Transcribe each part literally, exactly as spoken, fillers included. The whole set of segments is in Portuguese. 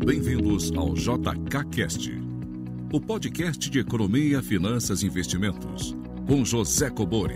Bem-vindos ao J K Cast, o podcast de economia, finanças e investimentos, com José Cobori.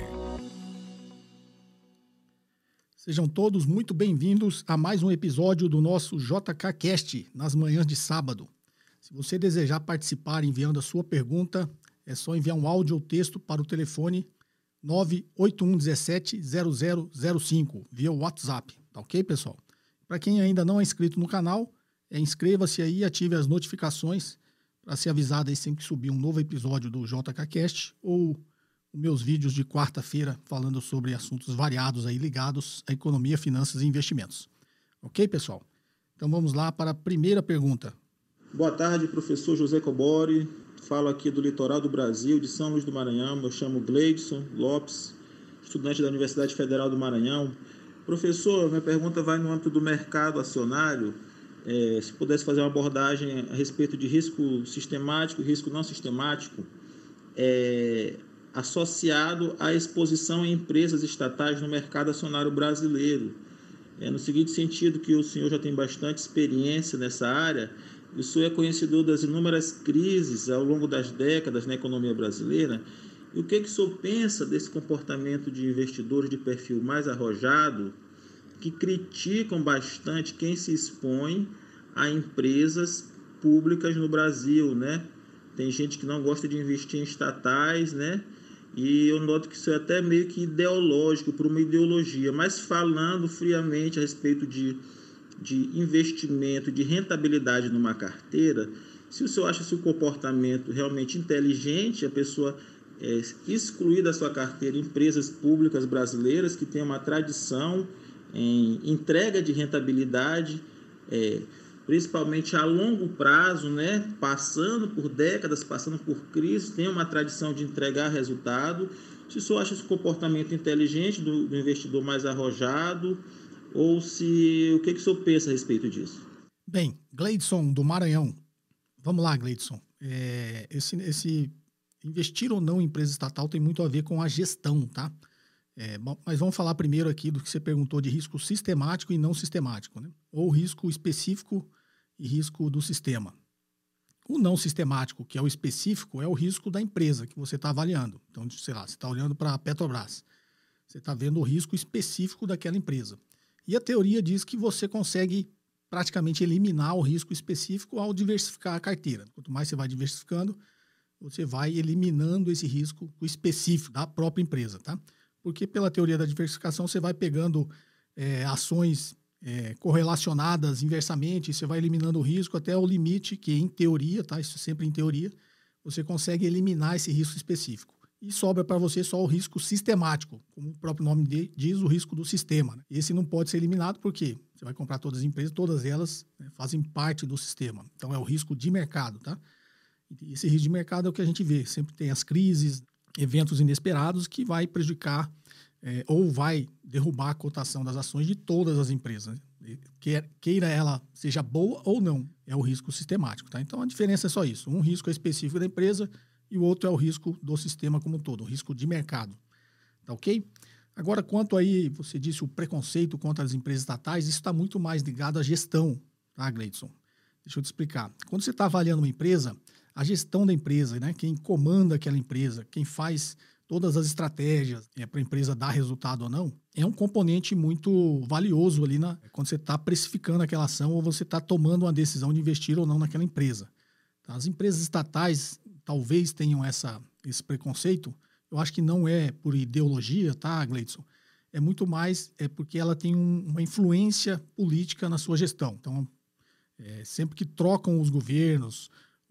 Sejam todos muito bem-vindos a mais um episódio do nosso J K Cast, nas manhãs de sábado. Se você desejar participar enviando a sua pergunta, é só enviar um áudio ou texto para o telefone nove oito um um sete zero zero zero cinco via WhatsApp, tá ok, pessoal? Para quem ainda não é inscrito no canal, é, inscreva-se aí e ative as notificações para ser avisado aí sempre que subir um novo episódio do J K Cast ou os meus vídeos de quarta-feira falando sobre assuntos variados aí ligados à economia, finanças e investimentos. Ok, pessoal? Então vamos lá para a primeira pergunta. Boa tarde, professor José Cobori. Falo aqui do litoral do Brasil, de São Luís do Maranhão. Eu chamo Gleidson Lopes, estudante da Universidade Federal do Maranhão. Professor, minha pergunta vai no âmbito do mercado acionário. É, se pudesse fazer uma abordagem a respeito de risco sistemático e risco não sistemático, é, associado à exposição em empresas estatais no mercado acionário brasileiro. É, no seguinte sentido, que o senhor já tem bastante experiência nessa área, o senhor é conhecedor das inúmeras crises ao longo das décadas na economia brasileira. E o que, que o senhor pensa desse comportamento de investidores de perfil mais arrojado que criticam bastante quem se expõe a empresas públicas no Brasil, né? Tem gente que não gosta de investir em estatais, né? E eu noto que isso é até meio que ideológico, por uma ideologia, mas falando friamente a respeito de, de investimento, de rentabilidade numa carteira, se o senhor acha esse comportamento realmente inteligente, a pessoa é, excluir da sua carteira empresas públicas brasileiras que têm uma tradição em entrega de rentabilidade, é, principalmente a longo prazo, né, passando por décadas, passando por crises, tem uma tradição de entregar resultado. Se o senhor acha esse comportamento inteligente do, do investidor mais arrojado, ou se o que, que o senhor pensa a respeito disso? Bem, Gleidson do Maranhão. Vamos lá, Gleidson. É, esse, esse investir ou não em empresa estatal tem muito a ver com a gestão, tá? É, mas vamos falar primeiro aqui do que você perguntou de risco sistemático e não sistemático, né? Ou risco específico e risco do sistema. O não sistemático, que é o específico, é o risco da empresa que você está avaliando. Então, sei lá, você está olhando para a Petrobras. Você está vendo o risco específico daquela empresa. E a teoria diz que você consegue praticamente eliminar o risco específico ao diversificar a carteira. Quanto mais você vai diversificando, você vai eliminando esse risco específico da própria empresa, tá? Porque pela teoria da diversificação você vai pegando é, ações é, correlacionadas inversamente, você vai eliminando o risco até o limite que, em teoria, tá? Isso sempre em teoria, você consegue eliminar esse risco específico. E sobra para você só o risco sistemático, como o próprio nome de, diz, o risco do sistema, né? Esse não pode ser eliminado porque você vai comprar todas as empresas, todas elas, né, fazem parte do sistema. Então é o risco de mercado, tá? E esse risco de mercado é o que a gente vê, sempre tem as crises, eventos inesperados que vai prejudicar é, ou vai derrubar a cotação das ações de todas as empresas, né? Quer, queira ela seja boa ou não, é o risco sistemático, tá? Então a diferença é só isso, um risco é específico da empresa e o outro é o risco do sistema como um todo, o risco de mercado, tá ok? Agora, quanto aí, você disse o preconceito contra as empresas estatais, isso está muito mais ligado à gestão, tá, Gleidson? Deixa eu te explicar. Quando você está avaliando uma empresa, a gestão da empresa, né, quem comanda aquela empresa, quem faz todas as estratégias é, para a empresa dar resultado ou não, é um componente muito valioso ali na, quando você está precificando aquela ação ou você está tomando uma decisão de investir ou não naquela empresa. Tá? As empresas estatais talvez tenham essa, esse preconceito, eu acho que não é por ideologia, tá, Gleidson? É muito mais é porque ela tem um, uma influência política na sua gestão. Então, é, sempre que trocam os governos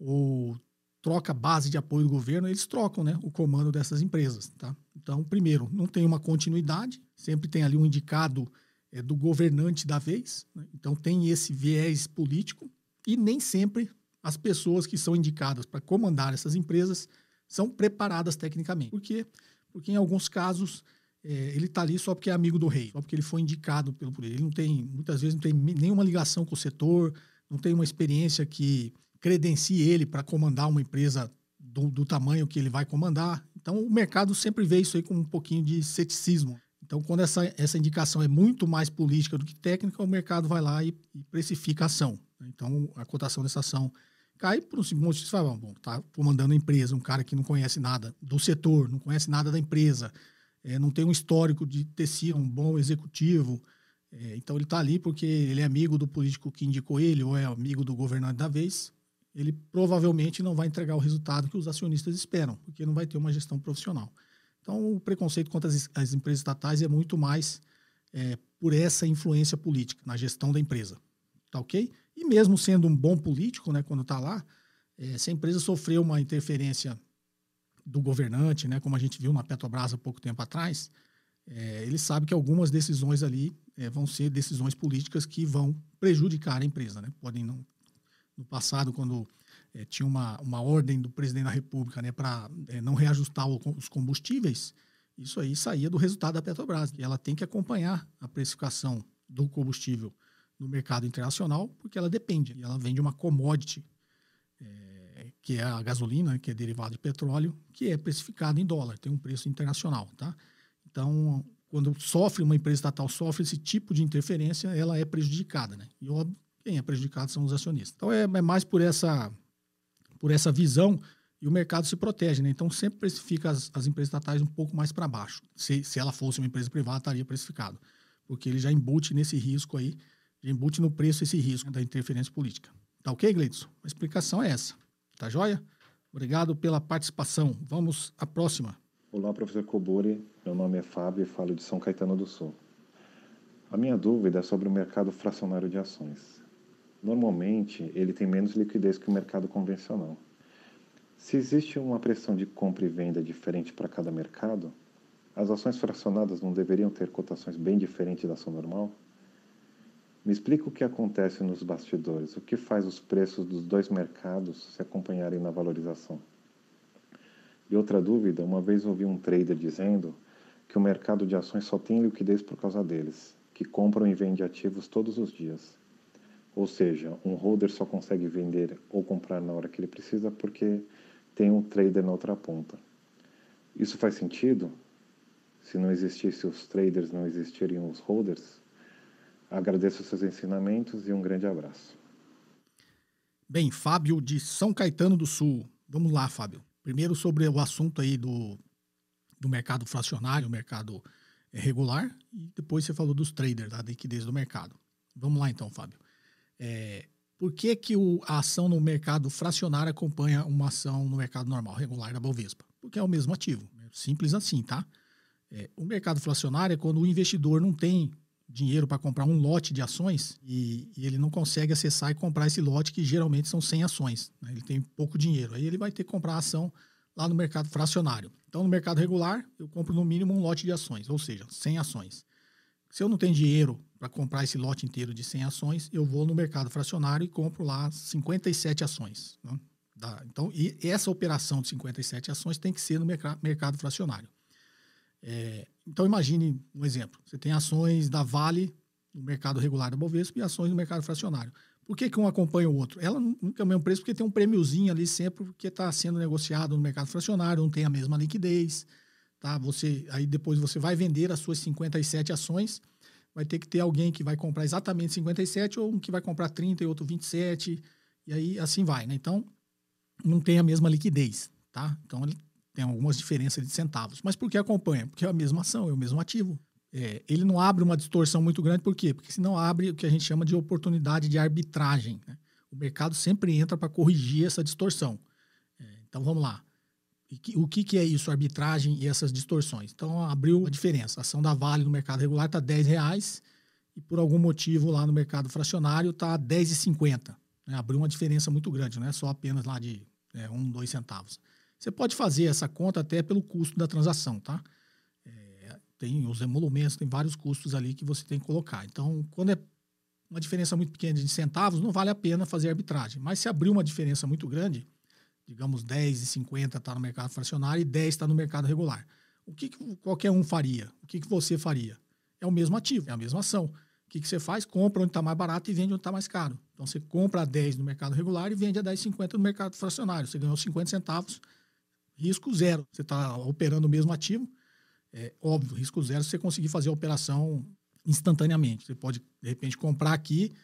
ou troca a base de apoio do governo, eles trocam, né, o comando dessas empresas, tá? Então, primeiro, não tem uma continuidade, sempre tem ali um indicado é, do governante da vez, né? Então tem esse viés político e nem sempre as pessoas que são indicadas para comandar essas empresas são preparadas tecnicamente. Por quê? Porque em alguns casos é, ele está ali só porque é amigo do rei, só porque ele foi indicado pelo por ele. Ele não tem, muitas vezes não tem nenhuma ligação com o setor, não tem uma experiência que credencie ele para comandar uma empresa do, do tamanho que ele vai comandar. Então, o mercado sempre vê isso aí com um pouquinho de ceticismo. Então, quando essa, essa indicação é muito mais política do que técnica, o mercado vai lá e, e precifica a ação. Então, a cotação dessa ação cai por um simples motivo. Você fala, bom, tá comandando a empresa, um cara que não conhece nada do setor, não conhece nada da empresa, é, não tem um histórico de ter sido um bom executivo. É, então, ele está ali porque ele é amigo do político que indicou ele ou é amigo do governante da vez. Ele provavelmente não vai entregar o resultado que os acionistas esperam, porque não vai ter uma gestão profissional. Então, o preconceito contra as, as empresas estatais é muito mais é, por essa influência política na gestão da empresa. Tá ok? E mesmo sendo um bom político, né, quando está lá, é, se a empresa sofreu uma interferência do governante, né, como a gente viu na Petrobras há pouco tempo atrás, é, ele sabe que algumas decisões ali é, vão ser decisões políticas que vão prejudicar a empresa. Né? Podem não, no passado, quando é, tinha uma, uma ordem do presidente da República, né, para é, não reajustar o, os combustíveis, isso aí saía do resultado da Petrobras. E ela tem que acompanhar a precificação do combustível no mercado internacional, porque ela depende. E ela vende uma commodity, é, que é a gasolina, que é derivado de petróleo, que é precificado em dólar, tem um preço internacional. Tá? Então, quando sofre uma empresa estatal, sofre esse tipo de interferência, ela é prejudicada. Né? E óbvio, quem é prejudicado são os acionistas. Então, é, é mais por essa, por essa visão e o mercado se protege. Né? Então, sempre precifica as, as empresas estatais um pouco mais para baixo. Se, se ela fosse uma empresa privada, estaria precificado. Porque ele já embute nesse risco aí, já embute no preço esse risco da interferência política. Tá ok, Gleidson? A explicação é essa. Tá joia? Obrigado pela participação. Vamos à próxima. Olá, professor Cobori. Meu nome é Fábio e falo de São Caetano do Sul. A minha dúvida é sobre o mercado fracionário de ações. Normalmente, ele tem menos liquidez que o mercado convencional. Se existe uma pressão de compra e venda diferente para cada mercado, as ações fracionadas não deveriam ter cotações bem diferentes da ação normal? Me explica o que acontece nos bastidores, o que faz os preços dos dois mercados se acompanharem na valorização. E outra dúvida, uma vez ouvi um trader dizendo que o mercado de ações só tem liquidez por causa deles, que compram e vendem ativos todos os dias. Ou seja, um holder só consegue vender ou comprar na hora que ele precisa porque tem um trader na outra ponta. Isso faz sentido? Se não existissem os traders, não existiriam os holders? Agradeço os seus ensinamentos e um grande abraço. Bem, Fábio de São Caetano do Sul. Vamos lá, Fábio. Primeiro sobre o assunto aí do, do mercado fracionário, mercado é, regular, e depois você falou dos traders, da liquidez do mercado. Vamos lá então, Fábio. É, por que que o, a ação no mercado fracionário acompanha uma ação no mercado normal, regular da Bovespa? Porque é o mesmo ativo. Simples assim, tá? É, o mercado fracionário é quando o investidor não tem dinheiro para comprar um lote de ações e, e ele não consegue acessar e comprar esse lote, que geralmente são cem ações. Né? Ele tem pouco dinheiro. Aí ele vai ter que comprar a ação lá no mercado fracionário. Então, no mercado regular, eu compro no mínimo um lote de ações, ou seja, cem ações. Se eu não tenho dinheiro para comprar esse lote inteiro de cem ações, eu vou no mercado fracionário e compro lá cinquenta e sete ações. Né? Da, então, e essa operação de cinquenta e sete ações tem que ser no merc- mercado fracionário. É, então, imagine um exemplo. Você tem ações da Vale no mercado regular da Bovespa e ações no mercado fracionário. Por que que um acompanha o outro? Ela nunca é o mesmo preço porque tem um prêmiozinho ali sempre porque está sendo negociado no mercado fracionário, não tem a mesma liquidez. Tá? Você, aí depois você vai vender as suas cinquenta e sete ações, vai ter que ter alguém que vai comprar exatamente cinquenta e sete ou um que vai comprar trinta e outro vinte e sete, e aí assim vai. Né? Então, não tem a mesma liquidez. Tá? Então, ele tem algumas diferenças de centavos. Mas por que acompanha? Porque é a mesma ação, é o mesmo ativo. É, ele não abre uma distorção muito grande, por quê? Porque senão abre o que a gente chama de oportunidade de arbitragem. Né? O mercado sempre entra para corrigir essa distorção. É, então, vamos lá. E que, o que, que é isso, arbitragem e essas distorções? Então, abriu uma diferença. A ação da Vale no mercado regular está dez reais e, por algum motivo, lá no mercado fracionário está dez reais e cinquenta centavos. Né? Abriu uma diferença muito grande, não é só apenas lá de é, um, dois centavos. Você pode fazer essa conta até pelo custo da transação, tá? É, tem os emolumentos, tem vários custos ali que você tem que colocar. Então, quando é uma diferença muito pequena de centavos, não vale a pena fazer arbitragem. Mas se abrir uma diferença muito grande, digamos dez reais e cinquenta centavos está no mercado fracionário e dez reais está no mercado regular, o que, que qualquer um faria? O que, que você faria? É o mesmo ativo, é a mesma ação. O que, que você faz? Compra onde está mais barato e vende onde está mais caro. Então, você compra a dez no mercado regular e vende a dez reais e cinquenta centavos no mercado fracionário. Você ganhou cinquenta centavos, risco zero. Você está operando o mesmo ativo. É óbvio, risco zero se você conseguir fazer a operação instantaneamente. Você pode, de repente, comprar aqui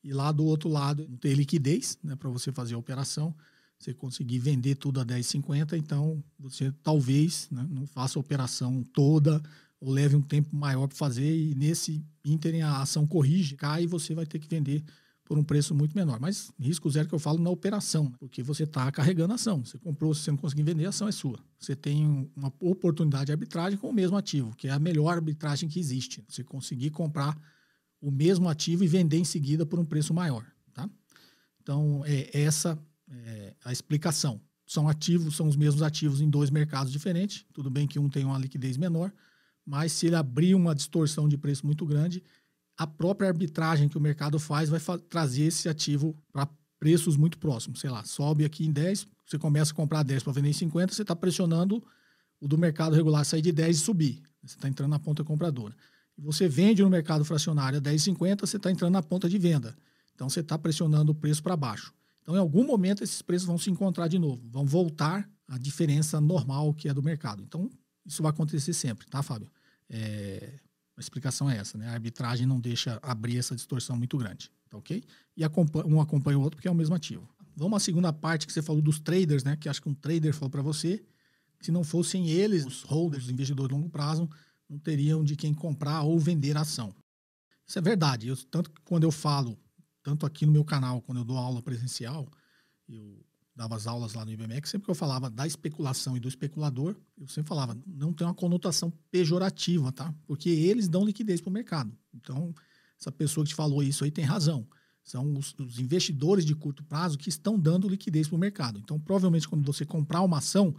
e lá do outro lado não ter liquidez, né, para você fazer a operação, você conseguir vender tudo a dez e cinquenta, então você talvez, né, não faça a operação toda ou leve um tempo maior para fazer e nesse ínterim a ação corrige, cai e você vai ter que vender por um preço muito menor. Mas risco zero que eu falo na operação, né? Porque você está carregando a ação. Você comprou, se você não conseguir vender, a ação é sua. Você tem uma oportunidade de arbitragem com o mesmo ativo, que é a melhor arbitragem que existe. Você conseguir comprar o mesmo ativo e vender em seguida por um preço maior. Tá? Então, é essa é a explicação. São ativos, são os mesmos ativos em dois mercados diferentes. Tudo bem que um tem uma liquidez menor, mas se ele abrir uma distorção de preço muito grande, a própria arbitragem que o mercado faz vai fa- trazer esse ativo para preços muito próximos. Sei lá, sobe aqui em dez, você começa a comprar dez para vender em cinquenta, você está pressionando o do mercado regular sair de dez e subir. Você está entrando na ponta compradora. E você vende no mercado fracionário a dez e cinquenta, você está entrando na ponta de venda. Então, você está pressionando o preço para baixo. Então, em algum momento, esses preços vão se encontrar de novo. Vão voltar à diferença normal que é do mercado. Então, isso vai acontecer sempre, tá, Fábio? É... A explicação é essa, né? A arbitragem não deixa abrir essa distorção muito grande, tá ok? E acompanha, um acompanha o outro porque é o mesmo ativo. Vamos à segunda parte que você falou dos traders, né? Que acho que um trader falou para você que se não fossem eles, os holders, os investidores de longo prazo, não teriam de quem comprar ou vender a ação. Isso é verdade. Eu, tanto que quando eu falo, tanto aqui no meu canal, quando eu dou aula presencial, eu dava as aulas lá no I B M E C, sempre que eu falava da especulação e do especulador, eu sempre falava, não tem uma conotação pejorativa, tá? Porque eles dão liquidez para o mercado. Então, essa pessoa que te falou isso aí tem razão. São os, os investidores de curto prazo que estão dando liquidez para o mercado. Então, provavelmente, quando você comprar uma ação,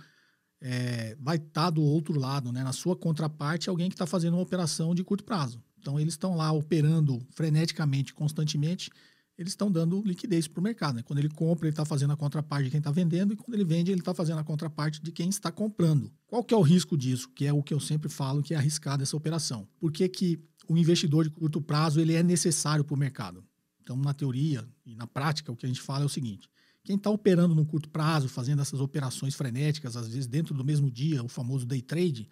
é, vai estar do outro lado, né? Na sua contraparte, alguém que está fazendo uma operação de curto prazo. Então, eles estão lá operando freneticamente, constantemente, eles estão dando liquidez para o mercado. Né? Quando ele compra, ele está fazendo a contraparte de quem está vendendo, e quando ele vende, ele está fazendo a contraparte de quem está comprando. Qual que é o risco disso? Que é o que eu sempre falo que é arriscado essa operação. Por que que o investidor de curto prazo ele é necessário para o mercado? Então, na teoria e na prática, o que a gente fala é o seguinte. Quem está operando no curto prazo, fazendo essas operações frenéticas, às vezes dentro do mesmo dia, o famoso day trade,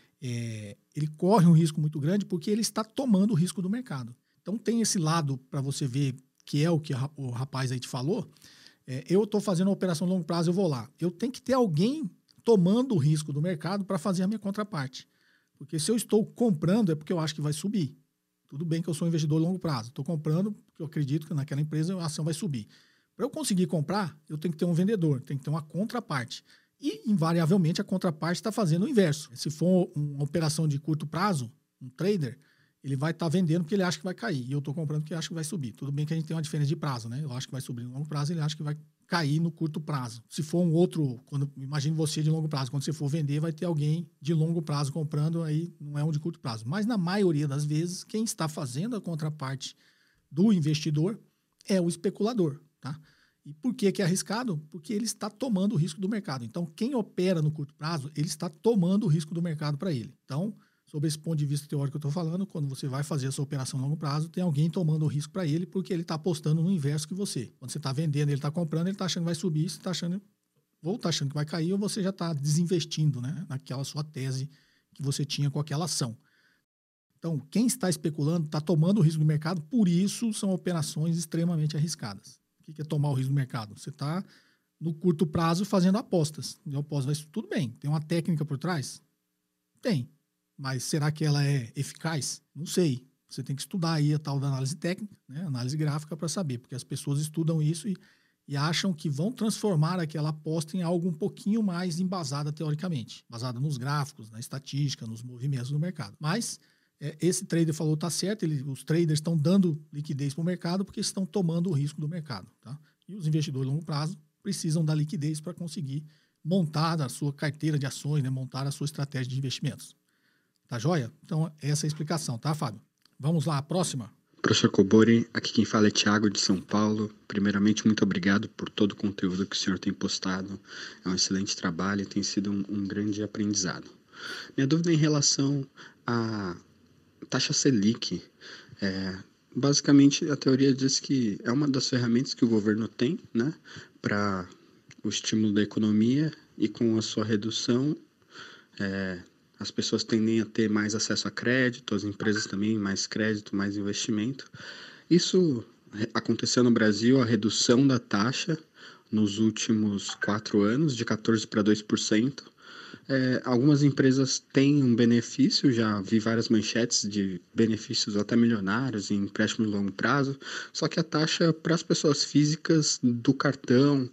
é, ele corre um risco muito grande porque ele está tomando o risco do mercado. Então, tem esse lado para você ver que é o que o rapaz aí te falou, é, eu estou fazendo uma operação a longo prazo, eu vou lá. Eu tenho que ter alguém tomando o risco do mercado para fazer a minha contraparte. Porque se eu estou comprando, é porque eu acho que vai subir. Tudo bem que eu sou um investidor a longo prazo. Estou comprando porque eu acredito que naquela empresa a ação vai subir. Para eu conseguir comprar, eu tenho que ter um vendedor, tem que ter uma contraparte. E, invariavelmente, a contraparte está fazendo o inverso. Se for uma operação de curto prazo, um trader, ele vai estar tá vendendo porque ele acha que vai cair. E eu estou comprando porque acho que vai subir. Tudo bem que a gente tem uma diferença de prazo, né? Eu acho que vai subir no longo prazo, ele acha que vai cair no curto prazo. Se for um outro, quando imagine você de longo prazo, quando você for vender, vai ter alguém de longo prazo comprando, aí não é um de curto prazo. Mas na maioria das vezes, quem está fazendo a contraparte do investidor é o especulador, tá? E por que que é arriscado? Porque ele está tomando o risco do mercado. Então, quem opera no curto prazo, ele está tomando o risco do mercado para ele. Então, sob esse ponto de vista teórico que eu estou falando, quando você vai fazer essa operação a longo prazo, tem alguém tomando o risco para ele, porque ele está apostando no inverso que você. Quando você está vendendo, ele está comprando, ele está achando que vai subir, você está achando, ou está achando que vai cair, ou você já está desinvestindo, né, naquela sua tese que você tinha com aquela ação. Então, quem está especulando está tomando o risco do mercado, por isso são operações extremamente arriscadas. O que é tomar o risco do mercado? Você está, no curto prazo, fazendo apostas. E apostas, tudo bem, tem uma técnica por trás? Tem. Mas será que ela é eficaz? Não sei. Você tem que estudar aí a tal da análise técnica, né? Análise gráfica para saber, porque as pessoas estudam isso e, e acham que vão transformar aquela aposta em algo um pouquinho mais embasada teoricamente, basada nos gráficos, na estatística, nos movimentos do mercado. Mas é, esse trader falou tá certo, ele, os traders estão dando liquidez para o mercado porque estão tomando o risco do mercado. Tá? E os investidores de longo prazo precisam da liquidez para conseguir montar a sua carteira de ações, né? Montar a sua estratégia de investimentos. Tá joia? Então, essa é a explicação, tá, Fábio? Vamos lá, a próxima. Professor Cobori, aqui quem fala é Thiago de São Paulo. Primeiramente, muito obrigado por todo o conteúdo que o senhor tem postado. É um excelente trabalho e tem sido um, um grande aprendizado. Minha dúvida é em relação à taxa Selic. É, basicamente, a teoria diz que é uma das ferramentas que o governo tem, né, para o estímulo da economia e com a sua redução, é, as pessoas tendem a ter mais acesso a crédito, as empresas também mais crédito, mais investimento. Isso aconteceu no Brasil a redução da taxa nos últimos quatro anos, de quatorze por cento para dois por cento. É, algumas empresas têm um benefício, já vi várias manchetes de benefícios até milionários em empréstimo de longo prazo, só que a taxa para as pessoas físicas do cartão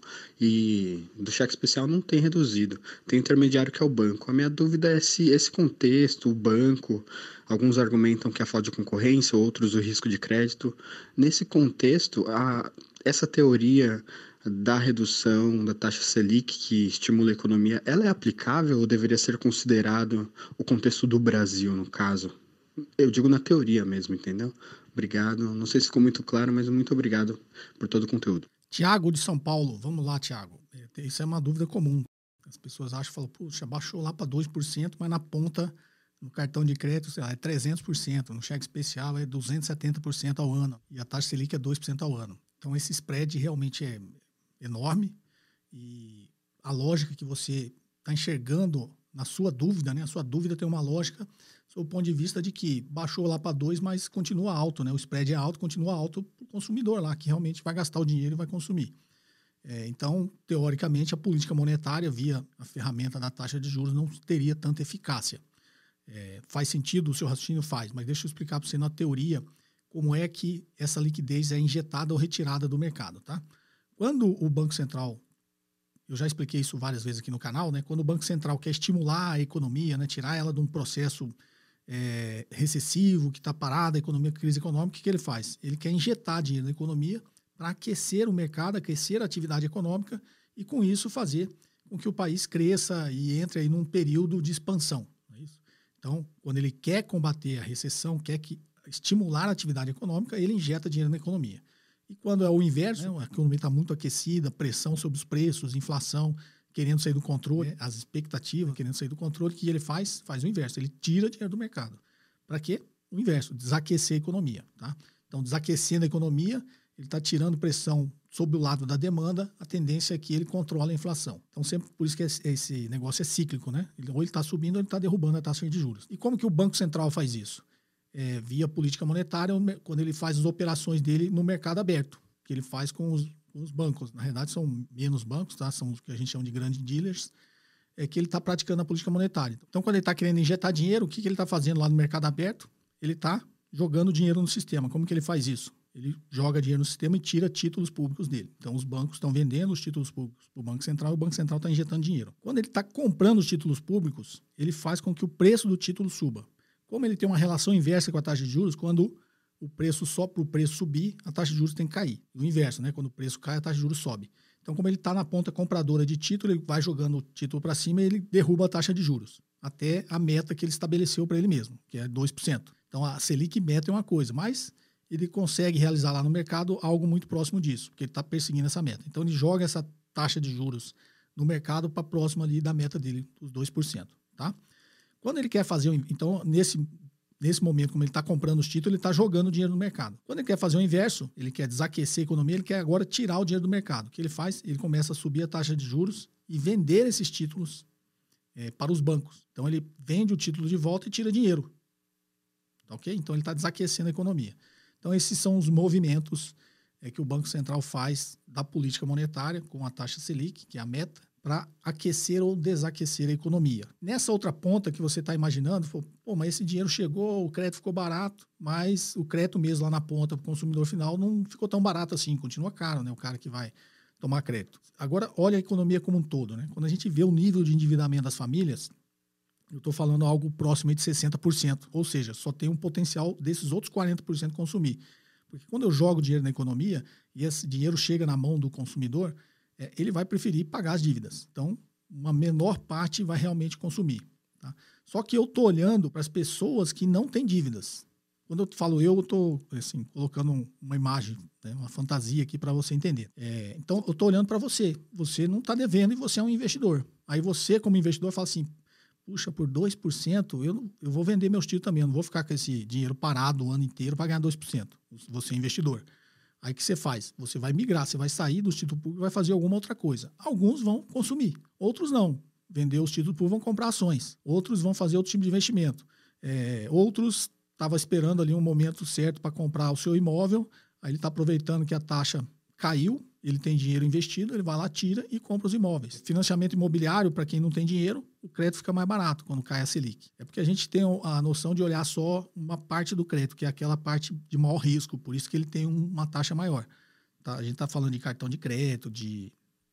e do cheque especial não tem reduzido. Tem intermediário que é o banco. A minha dúvida é se esse contexto, o banco, alguns argumentam que é a falta de concorrência, outros o risco de crédito. Nesse contexto, a, essa teoria da redução da taxa Selic que estimula a economia, ela é aplicável ou deveria ser considerado o contexto do Brasil, no caso? Eu digo na teoria mesmo, entendeu? Obrigado. Não sei se ficou muito claro, mas muito obrigado por todo o conteúdo. Tiago de São Paulo. Vamos lá, Tiago. Isso é uma dúvida comum. As pessoas acham, falam, puxa, baixou lá para dois por cento, mas na ponta, no cartão de crédito, sei lá, é trezentos por cento. No cheque especial é duzentos e setenta por cento ao ano. E a taxa Selic é dois por cento ao ano. Então, esse spread realmente é enorme, e a lógica que você está enxergando na sua dúvida, né? A sua dúvida tem uma lógica sob o ponto de vista de que baixou lá para dois, mas continua alto, né? O spread é alto, continua alto para o consumidor lá, que realmente vai gastar o dinheiro e vai consumir. É, então, teoricamente, a política monetária, via a ferramenta da taxa de juros, não teria tanta eficácia. É, faz sentido, o seu raciocínio faz, mas deixa eu explicar para você na teoria como é que essa liquidez é injetada ou retirada do mercado, tá? Quando o Banco Central, eu já expliquei isso várias vezes aqui no canal, né? Quando o Banco Central quer estimular a economia, né? Tirar ela de um processo é, recessivo, que está parada, a economia, crise econômica, o que, que ele faz? Ele quer injetar dinheiro na economia para aquecer o mercado, aquecer a atividade econômica e, com isso, fazer com que o país cresça e entre aí num período de expansão. Não é isso? Então, quando ele quer combater a recessão, quer que, estimular a atividade econômica, ele injeta dinheiro na economia. E quando é o inverso, né, a economia está muito aquecida, pressão sobre os preços, inflação, querendo sair do controle, as expectativas querendo sair do controle, o que ele faz? Faz o inverso, ele tira dinheiro do mercado. Para quê? O inverso, desaquecer a economia. Tá? Então, desaquecendo a economia, ele está tirando pressão sobre o lado da demanda, a tendência é que ele controle a inflação. Então, sempre por isso que esse negócio é cíclico, né? Ou ele está subindo ou ele está derrubando a taxa de juros. E como que o Banco Central faz isso? É, via política monetária, quando ele faz as operações dele no mercado aberto, que ele faz com os, com os bancos. Na verdade, são menos bancos, tá? São os que a gente chama de grandes dealers, é que ele está praticando a política monetária. Então, quando ele está querendo injetar dinheiro, o que, que ele está fazendo lá no mercado aberto? Ele está jogando dinheiro no sistema. Como que ele faz isso? Ele joga dinheiro no sistema e tira títulos públicos dele. Então, os bancos estão vendendo os títulos públicos para o Banco Central e o Banco Central está injetando dinheiro. Quando ele está comprando os títulos públicos, ele faz com que o preço do título suba. Como ele tem uma relação inversa com a taxa de juros, quando o preço só para o preço subir, a taxa de juros tem que cair. O inverso, né? Quando o preço cai, a taxa de juros sobe. Então, como ele está na ponta compradora de título, ele vai jogando o título para cima e ele derruba a taxa de juros, até a meta que ele estabeleceu para ele mesmo, que é dois por cento. Então, a Selic meta é uma coisa, mas ele consegue realizar lá no mercado algo muito próximo disso, porque ele está perseguindo essa meta. Então, ele joga essa taxa de juros no mercado para próximo ali da meta dele, dos dois por cento, tá? Quando ele quer fazer, então, nesse, nesse momento, como ele está comprando os títulos, ele está jogando dinheiro no mercado. Quando ele quer fazer o inverso, ele quer desaquecer a economia, ele quer agora tirar o dinheiro do mercado. O que ele faz? Ele começa a subir a taxa de juros e vender esses títulos é, para os bancos. Então, ele vende o título de volta e tira dinheiro. Ok? Então, ele está desaquecendo a economia. Então, esses são os movimentos é, que o Banco Central faz da política monetária com a taxa Selic, que é a meta, para aquecer ou desaquecer a economia. Nessa outra ponta que você está imaginando, pô, mas esse dinheiro chegou, o crédito ficou barato, mas o crédito mesmo lá na ponta para o consumidor final não ficou tão barato assim, continua caro, né? O cara que vai tomar crédito. Agora, olha a economia como um todo, né? Quando a gente vê o nível de endividamento das famílias, eu estou falando algo próximo de sessenta por cento, ou seja, só tem um potencial desses outros quarenta por cento consumir. Porque quando eu jogo dinheiro na economia e esse dinheiro chega na mão do consumidor, é, ele vai preferir pagar as dívidas. Então, uma menor parte vai realmente consumir. Tá? Só que eu estou olhando para as pessoas que não têm dívidas. Quando eu falo eu, eu estou assim, colocando uma imagem, né, uma fantasia aqui para você entender. É, então, eu estou olhando para você. Você não está devendo e você é um investidor. Aí você, como investidor, fala assim, puxa, por dois por cento, eu, não, eu vou vender meus títulos também. Eu não vou ficar com esse dinheiro parado o ano inteiro para ganhar dois por cento. Você é investidor. Aí o que você faz? Você vai migrar, você vai sair dos títulos públicos e vai fazer alguma outra coisa. Alguns vão consumir, outros não. Vender os títulos públicos, vão comprar ações. Outros vão fazer outro tipo de investimento. É, outros estavam esperando ali um momento certo para comprar o seu imóvel, Aí ele está aproveitando que a taxa caiu, ele tem dinheiro investido, ele vai lá, tira e compra os imóveis. Financiamento imobiliário, para quem não tem dinheiro, o crédito fica mais barato quando cai a Selic. É porque a gente tem a noção de olhar só uma parte do crédito, que é aquela parte de maior risco, por isso que ele tem uma taxa maior. Tá? A gente está falando de cartão de crédito, de,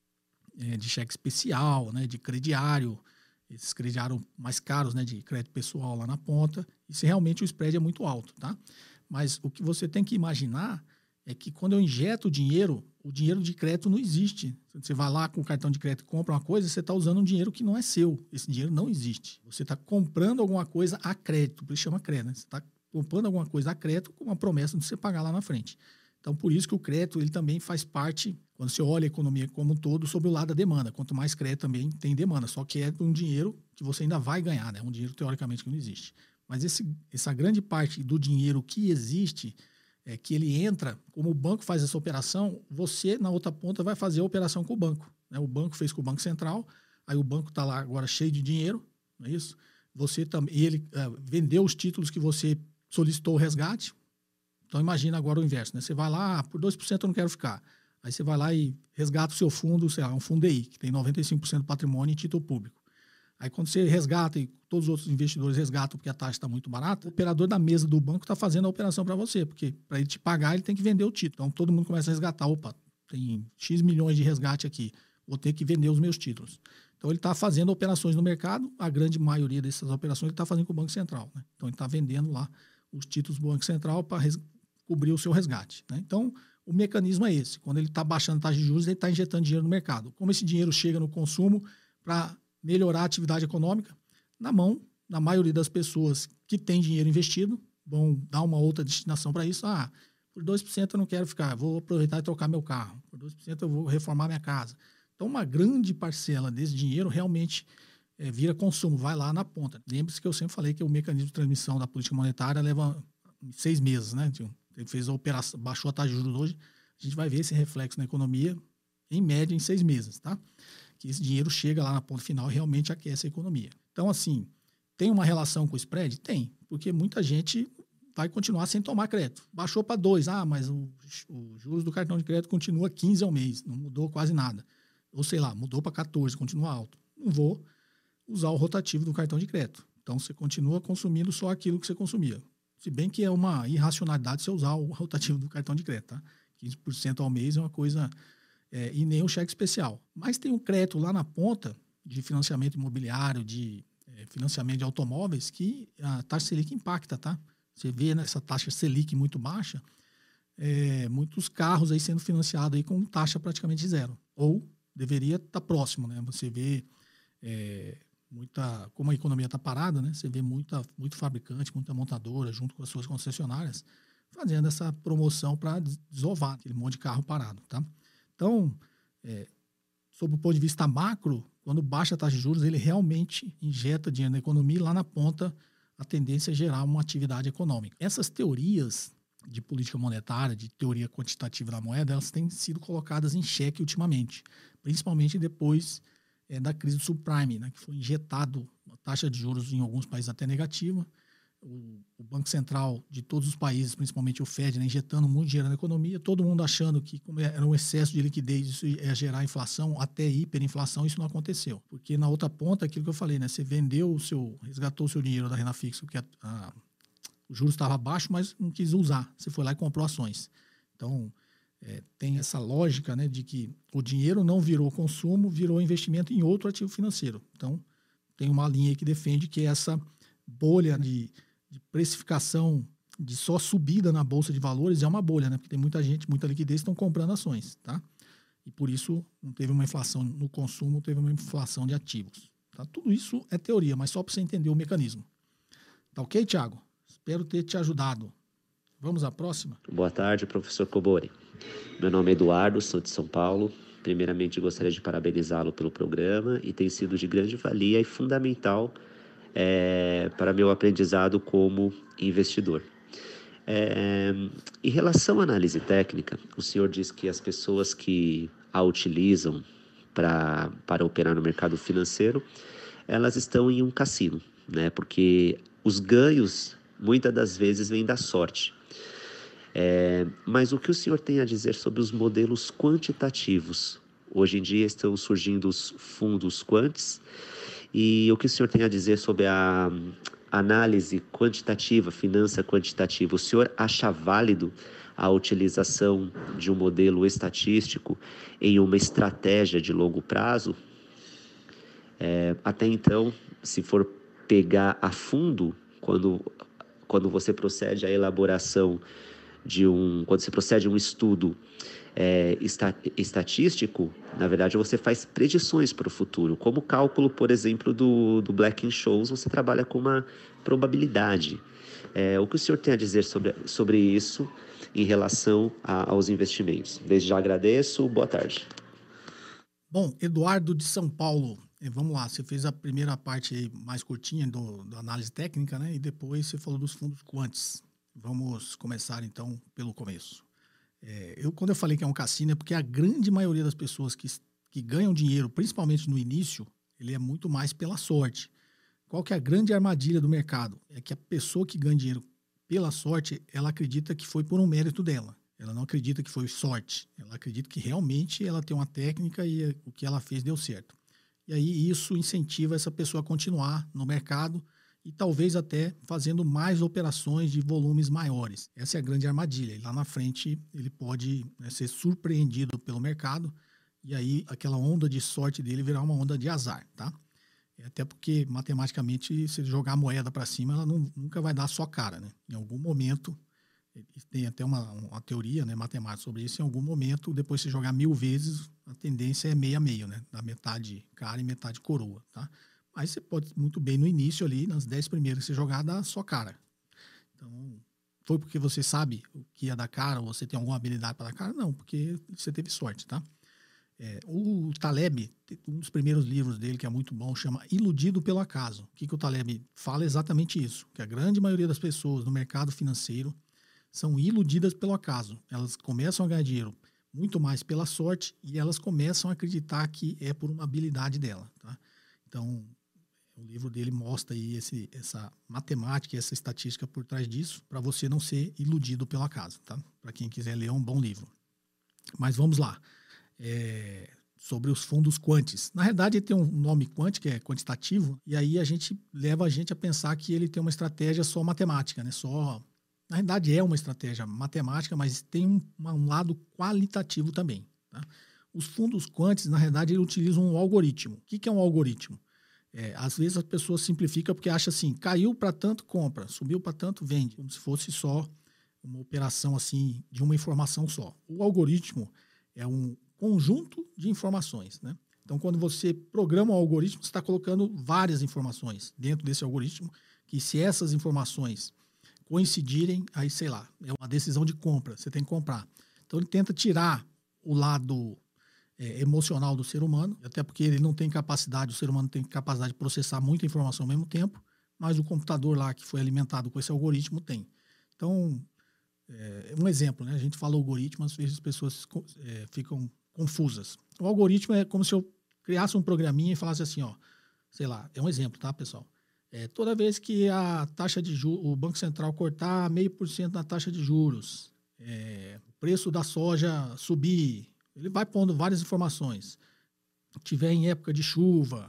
é, de cheque especial, né, de crediário, esses crediários mais caros, né, de crédito pessoal lá na ponta, e se realmente o spread é muito alto. Tá? Mas o que você tem que imaginar é que quando eu injeto o dinheiro, o dinheiro de crédito não existe. Você vai lá com o cartão de crédito e compra uma coisa, você está usando um dinheiro que não é seu. Esse dinheiro não existe. Você está comprando alguma coisa a crédito, por isso chama crédito. Né? Você está comprando alguma coisa a crédito com uma promessa de você pagar lá na frente. Então, por isso que o crédito ele também faz parte, quando você olha a economia como um todo, sobre o lado da demanda. Quanto mais crédito também tem demanda, só que é um dinheiro que você ainda vai ganhar, né? Um dinheiro teoricamente que não existe. Mas esse, essa grande parte do dinheiro que existe, é que ele entra, como o banco faz essa operação, você, na outra ponta, vai fazer a operação com o banco. Né? O banco fez com o Banco Central, aí o banco está lá agora cheio de dinheiro, não é isso? Você também, ele uh, vendeu os títulos que você solicitou o resgate. Então, imagina agora o inverso. Né? Você vai lá, ah, por dois por cento eu não quero ficar. Aí você vai lá e resgata o seu fundo, sei lá, um fundo D I, que tem noventa e cinco por cento do patrimônio em título público. Aí quando você resgata e todos os outros investidores resgatam porque a taxa está muito barata, o operador da mesa do banco está fazendo a operação para você, porque para ele te pagar ele tem que vender o título. Então todo mundo começa a resgatar, opa, tem X milhões de resgate aqui, vou ter que vender os meus títulos. Então ele está fazendo operações no mercado, a grande maioria dessas operações ele está fazendo com o Banco Central. Né? Então ele está vendendo lá os títulos do Banco Central para res... cobrir o seu resgate. Né? Então o mecanismo é esse, quando ele está baixando a taxa de juros, ele está injetando dinheiro no mercado. Como esse dinheiro chega no consumo para melhorar a atividade econômica, na mão da maioria das pessoas que tem dinheiro investido, vão dar uma outra destinação para isso. Ah, por dois por cento eu não quero ficar, vou aproveitar e trocar meu carro. Por dois por cento eu vou reformar minha casa. Então, uma grande parcela desse dinheiro realmente é, vira consumo, vai lá na ponta. Lembre-se que eu sempre falei que o mecanismo de transmissão da política monetária leva seis meses, né? Ele fez a operação, baixou a taxa de juros hoje, a gente vai ver esse reflexo na economia, em média, em seis meses, tá? Que esse dinheiro chega lá na ponta final e realmente aquece a economia. Então, assim, tem uma relação com o spread? Tem, porque muita gente vai continuar sem tomar crédito. Baixou para dois, ah, mas o, o juros do cartão de crédito continua quinze ao mês, não mudou quase nada. Ou sei lá, mudou para quatorze, continua alto. Não vou usar o rotativo do cartão de crédito. Então, você continua consumindo só aquilo que você consumia. Se bem que é uma irracionalidade você usar o rotativo do cartão de crédito, tá? quinze por cento ao mês é uma coisa... É, e nem o cheque especial. Mas tem um crédito lá na ponta de financiamento imobiliário, de é, financiamento de automóveis, que a taxa Selic impacta, tá? Você vê nessa taxa Selic muito baixa, é, muitos carros aí sendo financiados aí com taxa praticamente zero. Ou deveria estar tá próximo, né? Você vê é, muita... Como a economia está parada, né? Você vê muita, muito fabricante, muita montadora, junto com as suas concessionárias, fazendo essa promoção para desovar aquele monte de carro parado, tá? Então, é, sob o ponto de vista macro, quando baixa a taxa de juros, ele realmente injeta dinheiro na economia e lá na ponta a tendência é gerar uma atividade econômica. Essas teorias de política monetária, de teoria quantitativa da moeda, elas têm sido colocadas em xeque ultimamente, principalmente depois é, da crise do subprime, né, que foi injetado a taxa de juros em alguns países até negativa. O, o Banco Central de todos os países, principalmente o Fed, né, injetando muito dinheiro na economia, todo mundo achando que como era um excesso de liquidez, isso ia gerar inflação, até hiperinflação, isso não aconteceu. Porque na outra ponta, aquilo que eu falei, né, você vendeu o seu, resgatou o seu dinheiro da renda fixa, porque a, a, o juros estava baixo, mas não quis usar, você foi lá e comprou ações. Então, é, tem essa lógica, né, de que o dinheiro não virou consumo, virou investimento em outro ativo financeiro. Então, tem uma linha aí que defende que essa bolha de de precificação de só subida na Bolsa de Valores é uma bolha, né? Porque tem muita gente, muita liquidez, estão comprando ações, tá? E por isso não teve uma inflação no consumo, teve uma inflação de ativos. Tá? Tudo isso é teoria, mas só para você entender o mecanismo. Tá ok, Thiago? Espero ter te ajudado. Vamos à próxima? Boa tarde, professor Cobori. Meu nome é Eduardo, sou de São Paulo. Primeiramente, gostaria de parabenizá-lo pelo programa e tem sido de grande valia e fundamental É, para meu aprendizado como investidor. É, em relação à análise técnica, o senhor diz que as pessoas que a utilizam pra, para operar no mercado financeiro, elas estão em um cassino, né? Porque os ganhos, muitas das vezes, vêm da sorte. É, mas o que o senhor tem a dizer sobre os modelos quantitativos? Hoje em dia estão surgindo os fundos quants, e o que o senhor tem a dizer sobre a análise quantitativa, finança quantitativa? O senhor acha válido a utilização de um modelo estatístico em uma estratégia de longo prazo? É, até então, se for pegar a fundo, quando, quando você procede à elaboração de um, quando você procede a um estudo é, esta, estatístico, na verdade você faz predições para o futuro, como o cálculo, por exemplo, do, do Black-Scholes, você trabalha com uma probabilidade. É, o que o senhor tem a dizer sobre, sobre isso em relação a, aos investimentos? Desde já agradeço, boa tarde. Bom, Eduardo de São Paulo, vamos lá, você fez a primeira parte aí mais curtinha do, da análise técnica, né? E depois você falou dos fundos quants. Vamos começar então pelo começo. É, eu, quando eu falei que é um cassino, é porque a grande maioria das pessoas que, que ganham dinheiro, principalmente no início, ele é muito mais pela sorte. Qual que é a grande armadilha do mercado? É que a pessoa que ganha dinheiro pela sorte, ela acredita que foi por um mérito dela. Ela não acredita que foi sorte. Ela acredita que realmente ela tem uma técnica e o que ela fez deu certo. E aí isso incentiva essa pessoa a continuar no mercado e talvez até fazendo mais operações de volumes maiores. Essa é a grande armadilha. E lá na frente ele pode, né, ser surpreendido pelo mercado e aí aquela onda de sorte dele virar uma onda de azar, tá? Até porque matematicamente, se ele jogar a moeda para cima, ela não, nunca vai dar só cara, né? Em algum momento, tem até uma, uma teoria, né, matemática sobre isso, em algum momento, depois de você jogar mil vezes, a tendência é meio a meio, né? Da metade cara e metade coroa, tá? Aí você pode muito bem no início ali, nas dez primeiras que você jogar, dar só cara. Então, foi porque você sabe o que ia dar cara, ou você tem alguma habilidade para dar cara? Não, porque você teve sorte, tá? É, o Taleb, um dos primeiros livros dele, que é muito bom, chama Iludido pelo Acaso. O que, que o Taleb fala? É exatamente isso, que a grande maioria das pessoas no mercado financeiro são iludidas pelo acaso. Elas começam a ganhar dinheiro muito mais pela sorte e elas começam a acreditar que é por uma habilidade dela, tá? Então, o livro dele mostra aí esse, essa matemática e essa estatística por trás disso, para você não ser iludido pelo acaso, tá? Para quem quiser ler, é um bom livro. Mas vamos lá. É, sobre os fundos quants. Na realidade, ele tem um nome quant, que é quantitativo, e aí a gente leva a gente a pensar que ele tem uma estratégia só matemática, né? Só, na realidade, é uma estratégia matemática, mas tem um, um lado qualitativo também, tá? Os fundos quants, na realidade, eles utilizam um algoritmo. O que, que é um algoritmo? É, às vezes as pessoas simplificam porque acham assim, caiu para tanto, compra, subiu para tanto, vende, como se fosse só uma operação assim de uma informação só. O algoritmo é um conjunto de informações, né? Então, quando você programa um algoritmo, você está colocando várias informações dentro desse algoritmo, que se essas informações coincidirem, aí, sei lá, é uma decisão de compra, você tem que comprar. Então, ele tenta tirar o lado é, emocional do ser humano, até porque ele não tem capacidade, o ser humano tem capacidade de processar muita informação ao mesmo tempo, mas o computador lá que foi alimentado com esse algoritmo tem. Então, é, um exemplo, né? A gente fala algoritmo, às vezes as pessoas é, ficam confusas. O algoritmo é como se eu criasse um programinha e falasse assim, ó, sei lá, é um exemplo, tá, pessoal? É, toda vez que a taxa de juros, o Banco Central cortar meio por cento na taxa de juros, é, o preço da soja subir, ele vai pondo várias informações. Tiver em época de chuva,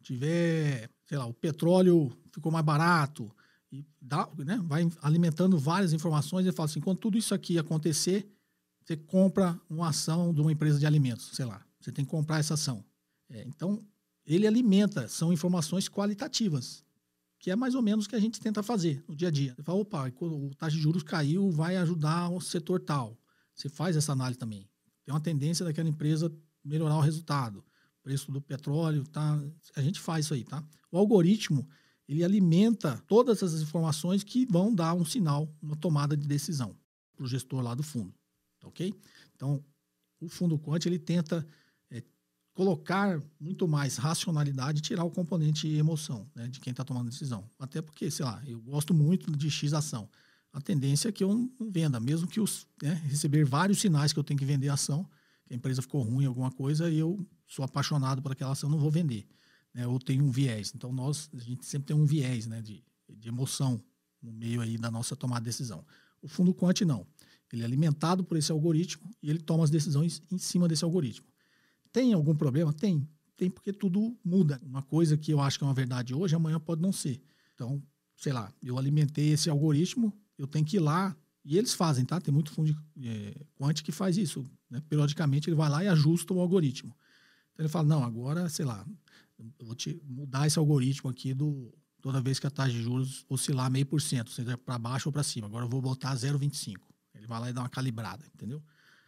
tiver, sei lá, o petróleo ficou mais barato, e dá, né, vai alimentando várias informações e fala assim, quando tudo isso aqui acontecer, você compra uma ação de uma empresa de alimentos, sei lá, você tem que comprar essa ação. É, então, ele alimenta, são informações qualitativas, que é mais ou menos o que a gente tenta fazer no dia a dia. Você fala, opa, o taxa de juros caiu, vai ajudar o setor tal. Você faz essa análise também. Tem uma tendência daquela empresa melhorar o resultado. O preço do petróleo, tá? A gente faz isso aí, tá? O algoritmo, ele alimenta todas essas informações que vão dar um sinal, uma tomada de decisão para o gestor lá do fundo. Ok? Então, o fundo quant, ele tenta é, colocar muito mais racionalidade e tirar o componente emoção, né, de quem está tomando decisão. Até porque, sei lá, eu gosto muito de X ação. A tendência é que eu não venda, mesmo que eu, né, receber vários sinais que eu tenho que vender a ação, que a empresa ficou ruim em alguma coisa e eu sou apaixonado por aquela ação, não vou vender, né, ou tenho um viés. Então, nós, a gente sempre tem um viés, né, de, de emoção no meio aí da nossa tomada de decisão. O fundo quant, não. Ele é alimentado por esse algoritmo e ele toma as decisões em cima desse algoritmo. Tem algum problema? Tem. Tem porque tudo muda. Uma coisa que eu acho que é uma verdade hoje, amanhã pode não ser. Então, sei lá, eu alimentei esse algoritmo, eu tenho que ir lá, e eles fazem, tá? Tem muito fundo de é, quant que faz isso, né? Periodicamente ele vai lá e ajusta o algoritmo. Então ele fala, não, agora, sei lá, eu vou te mudar esse algoritmo aqui do, toda vez que a taxa de juros oscilar meio por cento, seja para baixo ou para cima. Agora eu vou botar zero vírgula vinte e cinco. Ele vai lá e dá uma calibrada, entendeu?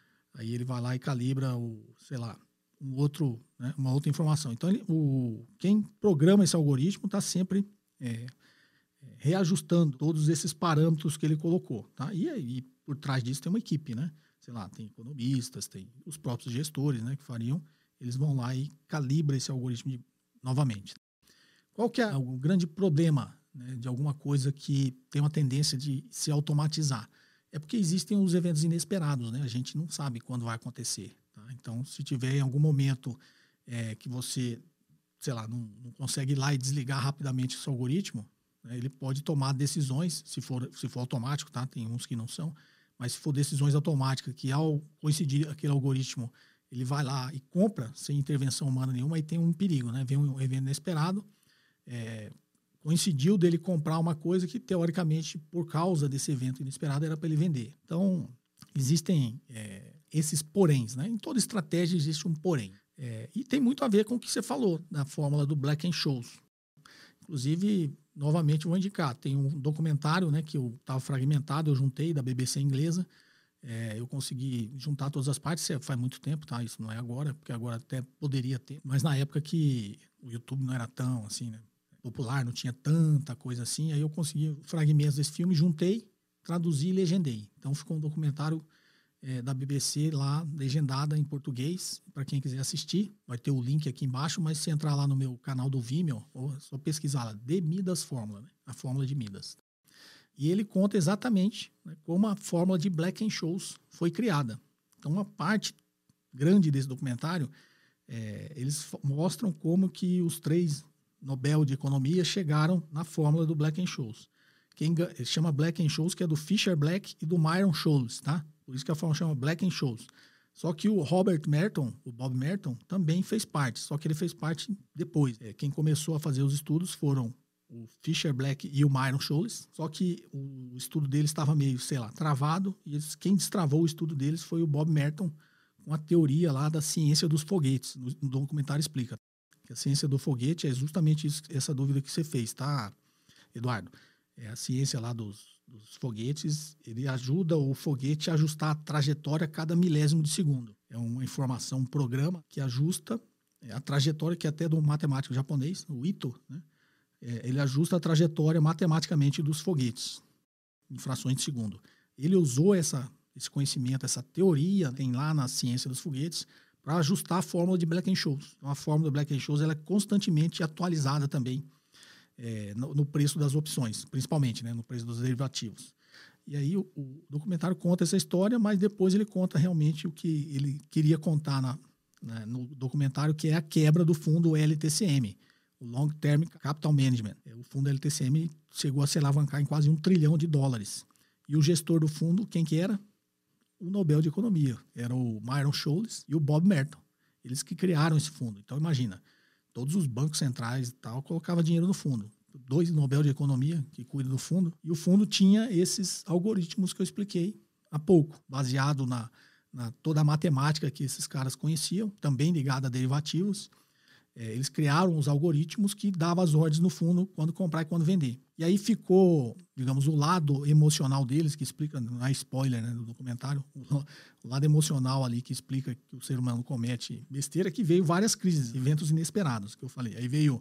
Aí ele vai lá e calibra o, sei lá, um outro, né, uma outra informação. Então, ele, o, quem programa esse algoritmo está sempre é, reajustando todos esses parâmetros que ele colocou, tá? E aí, por trás disso, tem uma equipe, né? Sei lá, tem economistas, tem os próprios gestores, né, que fariam, eles vão lá e calibram esse algoritmo de, novamente. Qual que é o grande problema, né, de alguma coisa que tem uma tendência de se automatizar? É porque existem os eventos inesperados, né? A gente não sabe quando vai acontecer. Tá? Então, se tiver em algum momento é, que você, sei lá, não, não consegue ir lá e desligar rapidamente esse algoritmo, né, ele pode tomar decisões, se for, se for automático, tá? Tem uns que não são, mas se for decisões automáticas, que ao coincidir aquele algoritmo, ele vai lá e compra sem intervenção humana nenhuma, aí tem um perigo, né? Vem um evento inesperado, é, coincidiu dele comprar uma coisa que, teoricamente, por causa desse evento inesperado, era para ele vender. Então, existem é, esses poréns, né? Em toda estratégia existe um porém. É, e tem muito a ver com o que você falou, da fórmula do Black-Scholes. Inclusive, novamente, vou indicar, tem um documentário, né, que eu estava fragmentado, eu juntei da B B C inglesa, é, eu consegui juntar todas as partes, faz muito tempo, tá? Isso não é agora, porque agora até poderia ter, mas na época que o YouTube não era tão, assim, né, popular, não tinha tanta coisa assim, aí eu consegui fragmentos desse filme, juntei, traduzi e legendei. Então ficou um documentário é, da B B C lá, legendada em português, para quem quiser assistir, vai ter o link aqui embaixo, mas se entrar lá no meu canal do Vimeo, ou só pesquisar lá, The Midas Fórmula, né? A fórmula de Midas. E ele conta exatamente, né, como a fórmula de Black-Scholes foi criada. Então uma parte grande desse documentário, é, eles mostram como que os três Nobel de Economia chegaram na fórmula do Black-Scholes. Quem chama Black-Scholes, que é do Fisher Black e do Myron Scholes, tá? Por isso que a fórmula chama Black-Scholes. Só que o Robert Merton, o Bob Merton, também fez parte, só que ele fez parte depois. É, quem começou a fazer os estudos foram o Fisher Black e o Myron Scholes, só que o estudo deles estava meio, sei lá, travado, e eles, quem destravou o estudo deles foi o Bob Merton, com a teoria lá da ciência dos foguetes. No, no documentário explica que a ciência do foguete é justamente isso, essa dúvida que você fez, tá, Eduardo? É a ciência lá dos, dos foguetes, ele ajuda o foguete a ajustar a trajetória a cada milésimo de segundo. É uma informação, um programa que ajusta a trajetória, que é até do matemático japonês, o Ito, né? É, ele ajusta a trajetória matematicamente dos foguetes, em frações de segundo. Ele usou essa, esse conhecimento, essa teoria, tem lá na ciência dos foguetes, para ajustar a fórmula de Black-Scholes. Então, a fórmula do Black-Scholes ela é constantemente atualizada também é, no, no preço das opções, principalmente, né, no preço dos derivativos. E aí o, o documentário conta essa história, mas depois ele conta realmente o que ele queria contar na, na, no documentário, que é a quebra do fundo L T C M, o Long Term Capital Management. O fundo L T C M chegou a se alavancar em quase um trilhão de dólares. E o gestor do fundo, quem que era? O Nobel de Economia. Era o Myron Scholes e o Bob Merton. Eles que criaram esse fundo. Então, imagina, todos os bancos centrais e tal colocavam dinheiro no fundo. Dois Nobel de Economia que cuidam do fundo. E o fundo tinha esses algoritmos que eu expliquei há pouco, baseado na, na toda a matemática que esses caras conheciam, também ligada a derivativos. É, eles criaram os algoritmos que davam as ordens no fundo quando comprar e quando vender. E aí ficou, digamos, o lado emocional deles, que explica, não é spoiler, né, do documentário, o, o lado emocional ali que explica que o ser humano comete besteira, que veio várias crises, eventos inesperados, que eu falei. Aí veio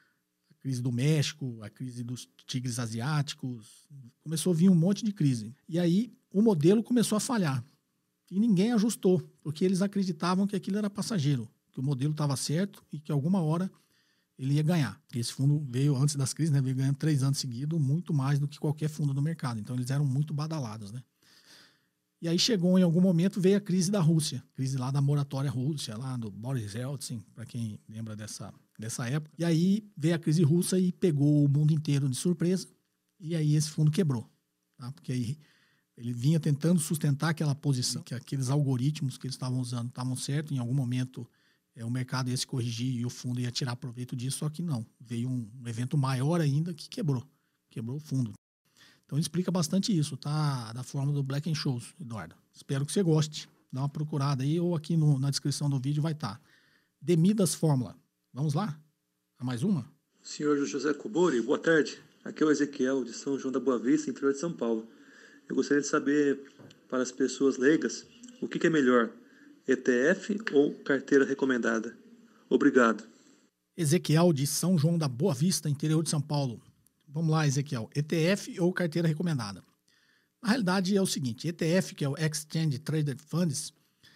a crise do México, a crise dos tigres asiáticos, começou a vir um monte de crise. E aí o modelo começou a falhar. E ninguém ajustou, porque eles acreditavam que aquilo era passageiro, que o modelo estava certo e que alguma hora ele ia ganhar. Esse fundo veio antes das crises, né? Veio ganhando três anos seguidos, muito mais do que qualquer fundo no mercado. Então, eles eram muito badalados, né? E aí chegou, em algum momento, veio a crise da Rússia. Crise lá da moratória Rússia, lá do Boris Yeltsin, para quem lembra dessa, dessa época. E aí veio a crise russa e pegou o mundo inteiro de surpresa. E aí esse fundo quebrou. Tá? Porque aí Ele vinha tentando sustentar aquela posição, que aqueles algoritmos que eles estavam usando estavam certos. Em algum momento, é, o mercado ia se corrigir e o fundo ia tirar proveito disso, só que não. Veio um, um evento maior ainda que quebrou. Quebrou o fundo. Então, ele explica bastante isso, tá? Da forma do Black and Scholes, Eduardo. Espero que você goste. Dá uma procurada aí ou aqui no, na descrição do vídeo vai estar. Tá. Demidas Fórmula. Vamos lá? A mais uma? Senhor José Cobori, boa tarde. Aqui é o Ezequiel, de São João da Boa Vista, interior de São Paulo. Eu gostaria de saber, para as pessoas leigas, o que, que é melhor, E T F ou carteira recomendada? Obrigado. Ezequiel, de São João da Boa Vista, interior de São Paulo. Vamos lá, Ezequiel. E T F ou carteira recomendada? Na realidade é o seguinte, E T F, que é o Exchange Traded Funds,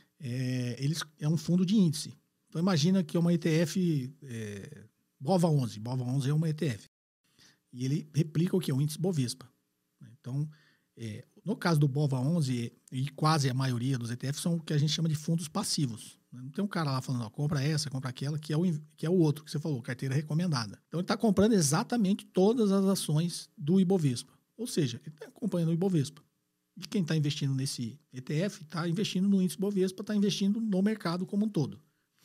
é, eles, é um fundo de índice. Então imagina que é uma E T F é, BOVA onze. BOVA onze é uma E T F. E ele replica o que? O índice Bovespa. Então, é, no caso do BOVA onze, e quase a maioria dos E T Fs são o que a gente chama de fundos passivos. Não tem um cara lá falando, ó, compra essa, compra aquela, que é, o, que é o outro que você falou, carteira recomendada. Então ele está comprando exatamente todas as ações do Ibovespa. Ou seja, ele está acompanhando o Ibovespa. E quem está investindo nesse E T F está investindo no índice Bovespa, está investindo no mercado como um todo.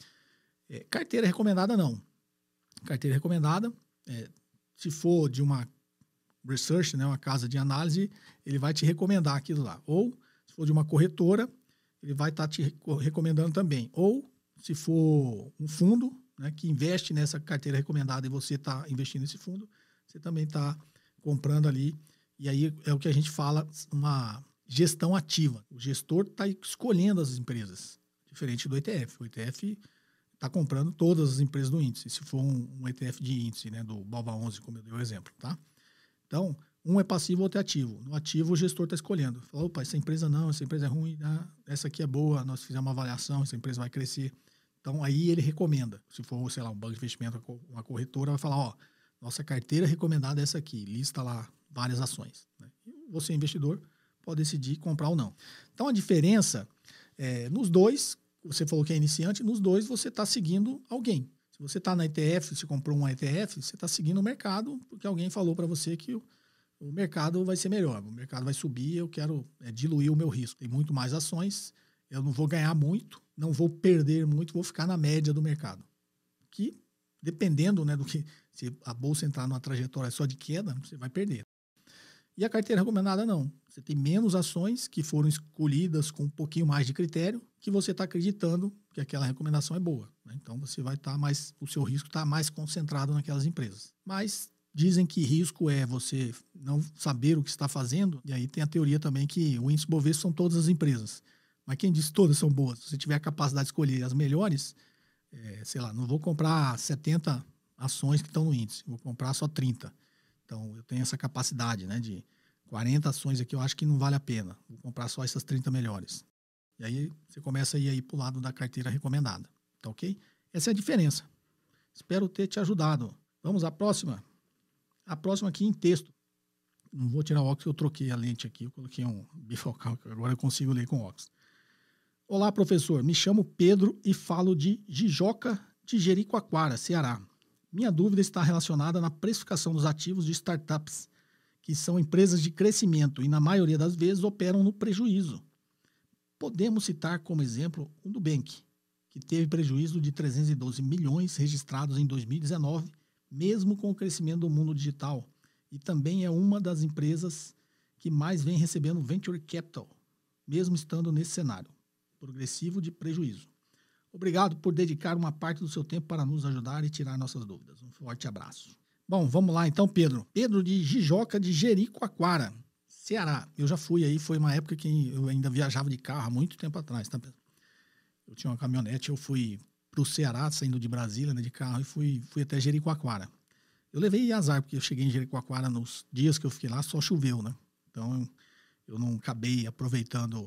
É, carteira recomendada, não. Carteira recomendada, é, se for de uma research, né, uma casa de análise, ele vai te recomendar aquilo lá. Ou, se for de uma corretora, ele vai estar tá te recomendando também. Ou, se for um fundo, né, que investe nessa carteira recomendada e você está investindo nesse fundo, você também está comprando ali. E aí é o que a gente fala, uma gestão ativa. O gestor está escolhendo as empresas, diferente do E T F. O E T F está comprando todas as empresas do índice, se for um, um E T F de índice, né, do BOVA onze, como eu dei o exemplo, tá? Então, um é passivo, outro é ativo. No ativo, o gestor está escolhendo. Fala, opa, essa empresa não, essa empresa é ruim, ah, essa aqui é boa, nós fizemos uma avaliação, essa empresa vai crescer. Então, aí ele recomenda. Se for, sei lá, um banco de investimento, uma corretora, vai falar, ó, nossa carteira recomendada é essa aqui, lista lá várias ações. Né? E você, investidor, pode decidir comprar ou não. Então, a diferença, é, nos dois, você falou que é iniciante, nos dois você está seguindo alguém. Se você está na E T F, se comprou uma E T F, você está seguindo o mercado, porque alguém falou para você que o, o mercado vai ser melhor, o mercado vai subir, eu quero é, diluir o meu risco. Tem muito mais ações, eu não vou ganhar muito, não vou perder muito, vou ficar na média do mercado. Que, dependendo, né, do que, se a bolsa entrar numa trajetória só de queda, você vai perder. E a carteira recomendada não. Você tem menos ações que foram escolhidas com um pouquinho mais de critério, que você está acreditando que aquela recomendação é boa. Né? Então, você vai estar tá mais, o seu risco está mais concentrado naquelas empresas. Mas dizem que risco é você não saber o que está fazendo, e aí tem a teoria também que o índice Bovespa são todas as empresas. Mas quem diz que todas são boas? Se você tiver a capacidade de escolher as melhores, é, sei lá, não vou comprar setenta ações que estão no índice, vou comprar só trinta. Então, eu tenho essa capacidade, né, de quarenta ações aqui, eu acho que não vale a pena. Vou comprar só essas trinta melhores. E aí, você começa a ir aí para o lado da carteira recomendada. Tá ok? Essa é a diferença. Espero ter te ajudado. Vamos à próxima? A próxima aqui em texto. Não vou tirar o óculos, eu troquei a lente aqui. Eu coloquei um bifocal, agora eu consigo ler com óculos. Olá, professor. Me chamo Pedro e falo de Jijoca de Jericoacoara, Ceará. Minha dúvida está relacionada na precificação dos ativos de startups, que são empresas de crescimento e, na maioria das vezes, operam no prejuízo. Podemos citar como exemplo o Nubank, que teve prejuízo de trezentos e doze milhões registrados em dois mil e dezenove, mesmo com o crescimento do mundo digital, e também é uma das empresas que mais vem recebendo venture capital, mesmo estando nesse cenário progressivo de prejuízo. Obrigado por dedicar uma parte do seu tempo para nos ajudar e tirar nossas dúvidas. Um forte abraço. Bom, vamos lá então, Pedro. Pedro de Jijoca de Jericoacoara, Ceará. Eu já fui aí, foi uma época que eu ainda viajava de carro, há muito tempo atrás, tá, Pedro? Eu tinha uma caminhonete, eu fui para o Ceará, saindo de Brasília, né, de carro, e fui, fui até Jericoacoara. Eu levei azar, porque eu cheguei em Jericoacoara nos dias que eu fiquei lá, só choveu, né? Então, eu não acabei aproveitando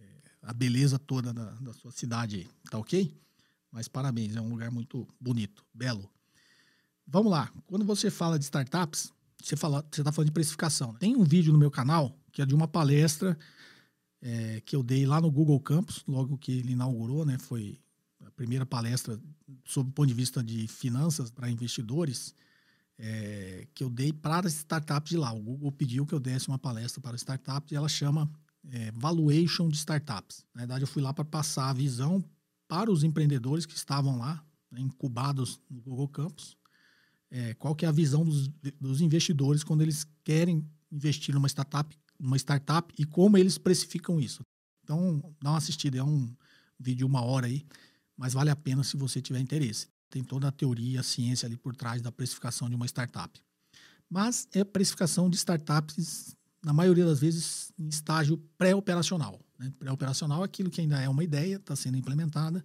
a beleza toda da, da sua cidade, tá ok? Mas parabéns, é um lugar muito bonito, belo. Vamos lá, quando você fala de startups, você fala, você está falando de precificação. Né? Tem um vídeo no meu canal que é de uma palestra é, que eu dei lá no Google Campus, logo que ele inaugurou, né? Foi a primeira palestra sob o ponto de vista de finanças para investidores é, que eu dei para as startups de lá. O Google pediu que eu desse uma palestra para startups e ela chama é, valuation de startups. Na verdade, eu fui lá para passar a visão para os empreendedores que estavam lá, né, incubados no Google Campus. É, qual que é a visão dos, dos investidores quando eles querem investir numa startup, numa startup e como eles precificam isso. Então, dá uma assistida, é um vídeo de uma hora aí, mas vale a pena se você tiver interesse. Tem toda a teoria, a ciência ali por trás da precificação de uma startup. Mas é precificação de startups, na maioria das vezes, em estágio pré-operacional. Né? Pré-operacional é aquilo que ainda é uma ideia, está sendo implementada,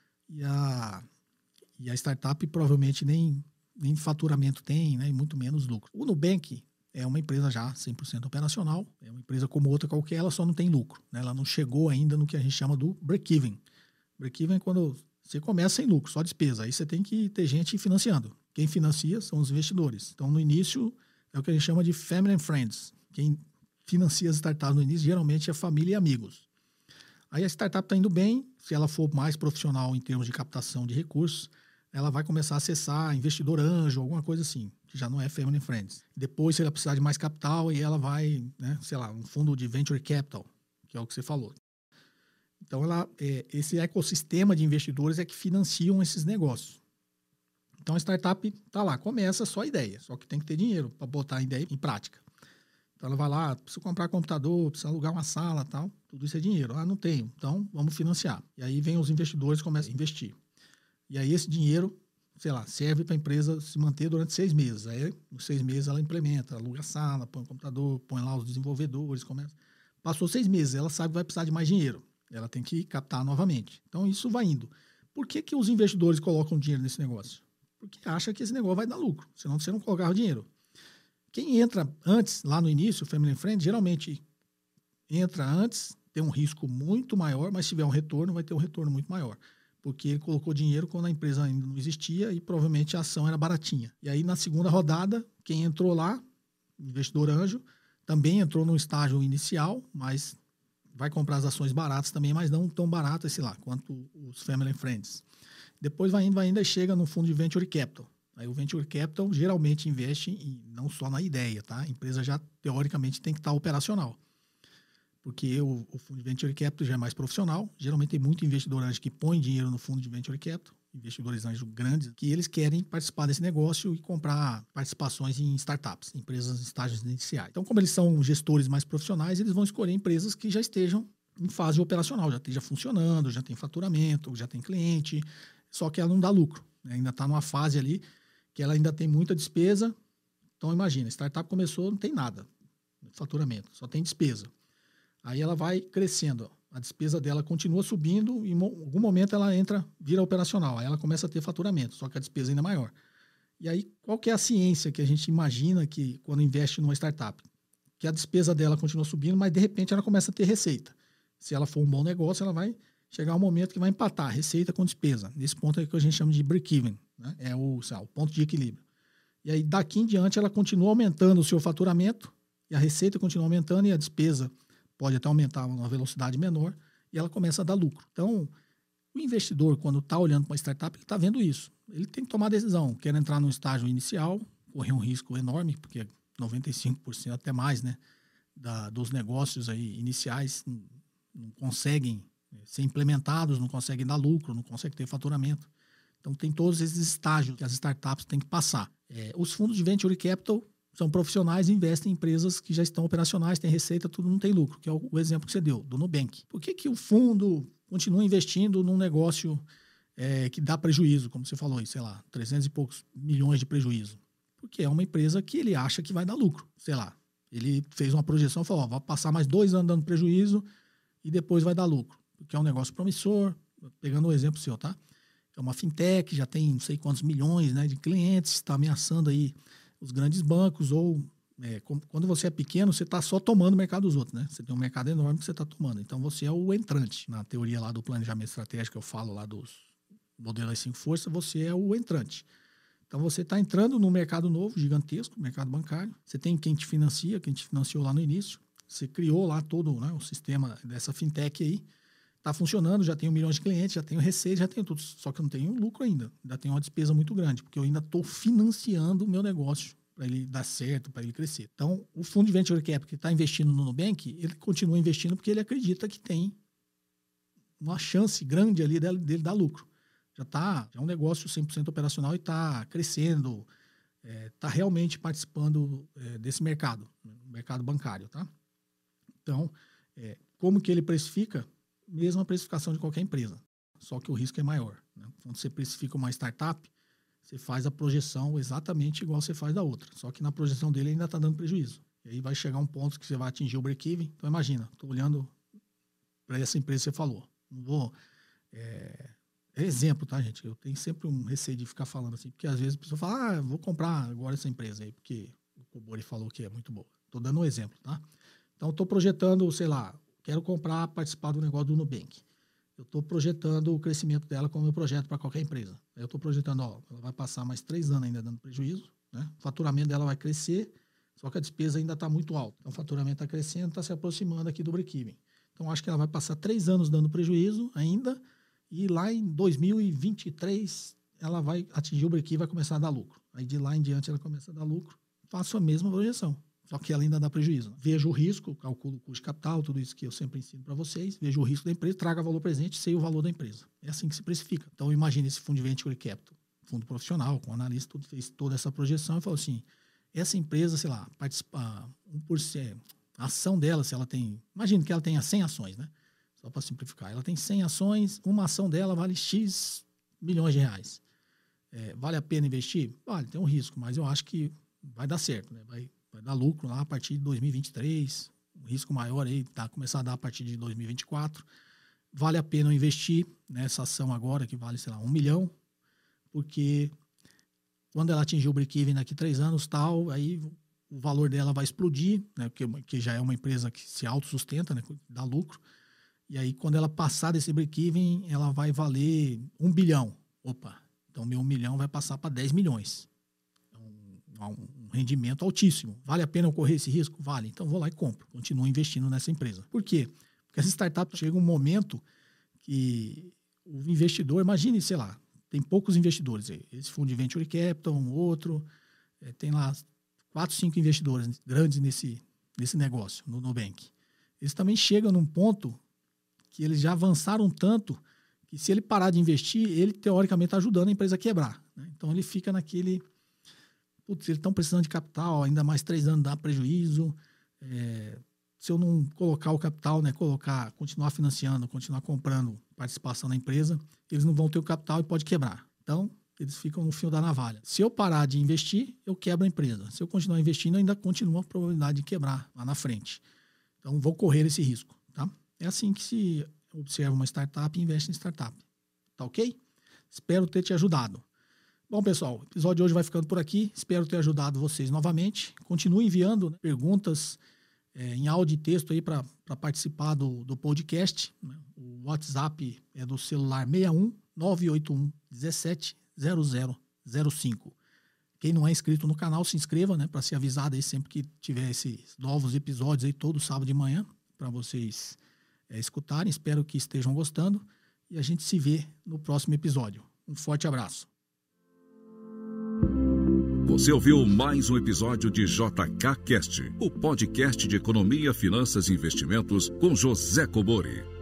e a, e a startup provavelmente nem, nem faturamento tem, né? E muito menos lucro. O Nubank é uma empresa já cem por cento operacional, é uma empresa como outra qualquer, ela só não tem lucro. Né? Ela não chegou ainda no que a gente chama do break-even. Break-even é quando você começa sem lucro, só despesa. Aí você tem que ter gente financiando. Quem financia são os investidores. Então, no início, é o que a gente chama de family and friends. Quem financia as startups no início, geralmente, é família e amigos. Aí a startup está indo bem, se ela for mais profissional em termos de captação de recursos, ela vai começar a acessar investidor anjo, alguma coisa assim, que já não é family and friends. Depois, se ela precisar de mais capital, aí ela vai, né, sei lá, um fundo de venture capital, que é o que você falou. Então, ela, é, esse ecossistema de investidores é que financiam esses negócios. Então, a startup está lá, começa só a ideia, só que tem que ter dinheiro para botar a ideia em prática. Então, ela vai lá, precisa comprar computador, precisa alugar uma sala e tal, tudo isso é dinheiro. Ah, não tenho, então vamos financiar. E aí vem os investidores e começam a investir. E aí esse dinheiro, sei lá, serve para a empresa se manter durante seis meses. Aí, nos seis meses, ela implementa, aluga a sala, põe o computador, põe lá os desenvolvedores, começa. Passou seis meses, ela sabe que vai precisar de mais dinheiro. Ela tem que captar novamente. Então, isso vai indo. Por que que os investidores colocam dinheiro nesse negócio? Porque acha que esse negócio vai dar lucro, senão você não colocava dinheiro. Quem entra antes, lá no início, o Family and Friends, geralmente entra antes, tem um risco muito maior, mas se tiver um retorno, vai ter um retorno muito maior. Porque ele colocou dinheiro quando a empresa ainda não existia e provavelmente a ação era baratinha. E aí, na segunda rodada, quem entrou lá, investidor anjo, também entrou no estágio inicial, mas vai comprar as ações baratas também, mas não tão baratas, sei lá, quanto os Family and Friends. Depois vai indo, vai indo e chega no fundo de Venture Capital. Aí o Venture Capital geralmente investe em, não só na ideia, tá? A empresa já, teoricamente, tem que estar operacional. Porque o, o fundo de Venture Capital já é mais profissional. Geralmente tem muito investidor anjo que põe dinheiro no fundo de Venture Capital, investidores anjos grandes, que eles querem participar desse negócio e comprar participações em startups, empresas em estágios iniciais. Então, como eles são gestores mais profissionais, eles vão escolher empresas que já estejam em fase operacional, já esteja funcionando, já tem faturamento, já tem cliente, só que ela não dá lucro, né? Ainda está numa fase ali que ela ainda tem muita despesa. Então, imagina, a startup começou, não tem nada de faturamento, só tem despesa. Aí ela vai crescendo, a despesa dela continua subindo e em algum momento ela entra, vira operacional, aí ela começa a ter faturamento, só que a despesa ainda é maior. E aí, qual que é a ciência que a gente imagina que quando investe numa startup? Que a despesa dela continua subindo, mas de repente ela começa a ter receita. Se ela for um bom negócio, ela vai chegar um momento que vai empatar receita com despesa. Nesse ponto é que a gente chama de break-even, né? É o, lá, o ponto de equilíbrio. E aí, daqui em diante, ela continua aumentando o seu faturamento, e a receita continua aumentando, e a despesa pode até aumentar a uma velocidade menor, e ela começa a dar lucro. Então, o investidor, quando está olhando para uma startup, ele está vendo isso. Ele tem que tomar a decisão. Quer entrar no estágio inicial, correr um risco enorme, porque noventa e cinco por cento até mais, né, da, dos negócios aí iniciais não, não conseguem ser implementados, não conseguem dar lucro, não conseguem ter faturamento. Então, tem todos esses estágios que as startups têm que passar. É, os fundos de Venture Capital são profissionais e investem em empresas que já estão operacionais, têm receita, tudo não tem lucro, que é o, o exemplo que você deu, do Nubank. Por que que o fundo continua investindo num negócio é, que dá prejuízo, como você falou aí, sei lá, trezentos e poucos milhões de prejuízo? Porque é uma empresa que ele acha que vai dar lucro, sei lá. Ele fez uma projeção e falou, ó, vai passar mais dois anos dando prejuízo e depois vai dar lucro. Porque é um negócio promissor, pegando o exemplo seu, tá? É uma fintech, já tem não sei quantos milhões, né, de clientes, está ameaçando aí os grandes bancos, ou é, quando você é pequeno, você está só tomando o mercado dos outros, né? Você tem um mercado enorme que você está tomando. Então, você é o entrante. Na teoria lá do planejamento estratégico, que eu falo lá dos modelos das cinco forças, você é o entrante. Então, você está entrando num mercado novo, gigantesco, mercado bancário. Você tem quem te financia, quem te financiou lá no início. Você criou lá todo, né, o sistema dessa fintech aí. Está funcionando, já tenho milhões de clientes, já tenho receita, já tenho tudo. Só que eu não tenho lucro ainda. Ainda tenho uma despesa muito grande, porque eu ainda estou financiando o meu negócio para ele dar certo, para ele crescer. Então, o fundo de Venture Capital que está investindo no Nubank, ele continua investindo porque ele acredita que tem uma chance grande ali dele, dele dar lucro. Já está, é um negócio cem por cento operacional e está crescendo, está é, realmente participando é, desse mercado, mercado bancário, tá? Então, é, como que ele precifica? Mesma precificação de qualquer empresa, só que o risco é maior, né? Quando você precifica uma startup, você faz a projeção exatamente igual você faz da outra, só que na projeção dele ainda está dando prejuízo. E aí vai chegar um ponto que você vai atingir o break-even. Então, imagina, estou olhando para essa empresa que você falou. Não vou... É, é exemplo, tá, gente? Eu tenho sempre um receio de ficar falando assim, porque às vezes a pessoa fala, ah, vou comprar agora essa empresa aí, porque o Cobori falou que é muito boa. Estou dando um exemplo, tá? Então, estou projetando, sei lá, quero comprar, participar do negócio do Nubank. Eu estou projetando o crescimento dela como eu projeto para qualquer empresa. Eu estou projetando, ó, ela vai passar mais três anos ainda dando prejuízo, né? O faturamento dela vai crescer, só que a despesa ainda está muito alta. Então, o faturamento está crescendo, está se aproximando aqui do break-even. Então, acho que ela vai passar três anos dando prejuízo ainda, e lá em dois mil e vinte e três ela vai atingir o break-even e vai começar a dar lucro. Aí de lá em diante ela começa a dar lucro. Faço a mesma projeção, só que ela ainda dá prejuízo. Vejo o risco, calculo o custo de capital, tudo isso que eu sempre ensino para vocês. Vejo o risco da empresa, traga valor presente, sei o valor da empresa. É assim que se precifica. Então imagine esse fundo de Venture Capital, fundo profissional, com analista, tudo, fez toda essa projeção e falou assim, essa empresa, sei lá, participar um por cento, a ação dela, se ela tem... Imagine que ela tenha cem ações, né? Só para simplificar. Ela tem cem ações, uma ação dela vale X milhões de reais. É, vale a pena investir? Vale, tem um risco, mas eu acho que vai dar certo, né? Vai, vai dar lucro lá a partir de dois mil e vinte e três, um risco maior aí, tá? Começar a dar a partir de dois mil e vinte e quatro. Vale a pena eu investir nessa ação agora, que vale, sei lá, um milhão, porque quando ela atingir o break-even daqui a três anos, tal, aí o valor dela vai explodir, né? Porque, porque já é uma empresa que se autossustenta, né? Dá lucro. E aí, quando ela passar desse break-even, ela vai valer um bilhão. Opa, então meu um milhão vai passar para dez milhões. É um, um rendimento altíssimo. Vale a pena eu correr esse risco? Vale. Então, vou lá e compro. Continuo investindo nessa empresa. Por quê? Porque essa startup chega um momento que o investidor, imagine, sei lá, tem poucos investidores. Esse fundo de Venture Capital, um outro, é, tem lá quatro, cinco investidores grandes nesse, nesse negócio, no Nubank. Eles também chegam num ponto que eles já avançaram tanto que se ele parar de investir, ele teoricamente está ajudando a empresa a quebrar, né? Então ele fica naquele, putz, eles estão precisando de capital, ainda mais três anos dá prejuízo, é, se eu não colocar o capital, né, colocar, continuar financiando, continuar comprando participação na empresa, eles não vão ter o capital e pode quebrar. Então eles ficam no fio da navalha. Se eu parar de investir, eu quebro a empresa. Se eu continuar investindo, ainda continua a probabilidade de quebrar lá na frente. Então vou correr esse risco, tá? É assim que se observa uma startup e investe em startup. Tá ok? Espero ter te ajudado. Bom, pessoal, o episódio de hoje vai ficando por aqui. Espero ter ajudado vocês novamente. Continue enviando, né, perguntas é, em áudio e texto aí para participar do, do podcast. Né? O WhatsApp é do celular seis um nove oito um um sete zero zero zero cinco. Quem não é inscrito no canal, se inscreva, né, para ser avisado aí sempre que tiver esses novos episódios aí todo sábado de manhã para vocês É, escutarem, espero que estejam gostando e a gente se vê no próximo episódio. Um forte abraço. Você ouviu mais um episódio de J K Cast, o podcast de economia, finanças e investimentos com José Cobori.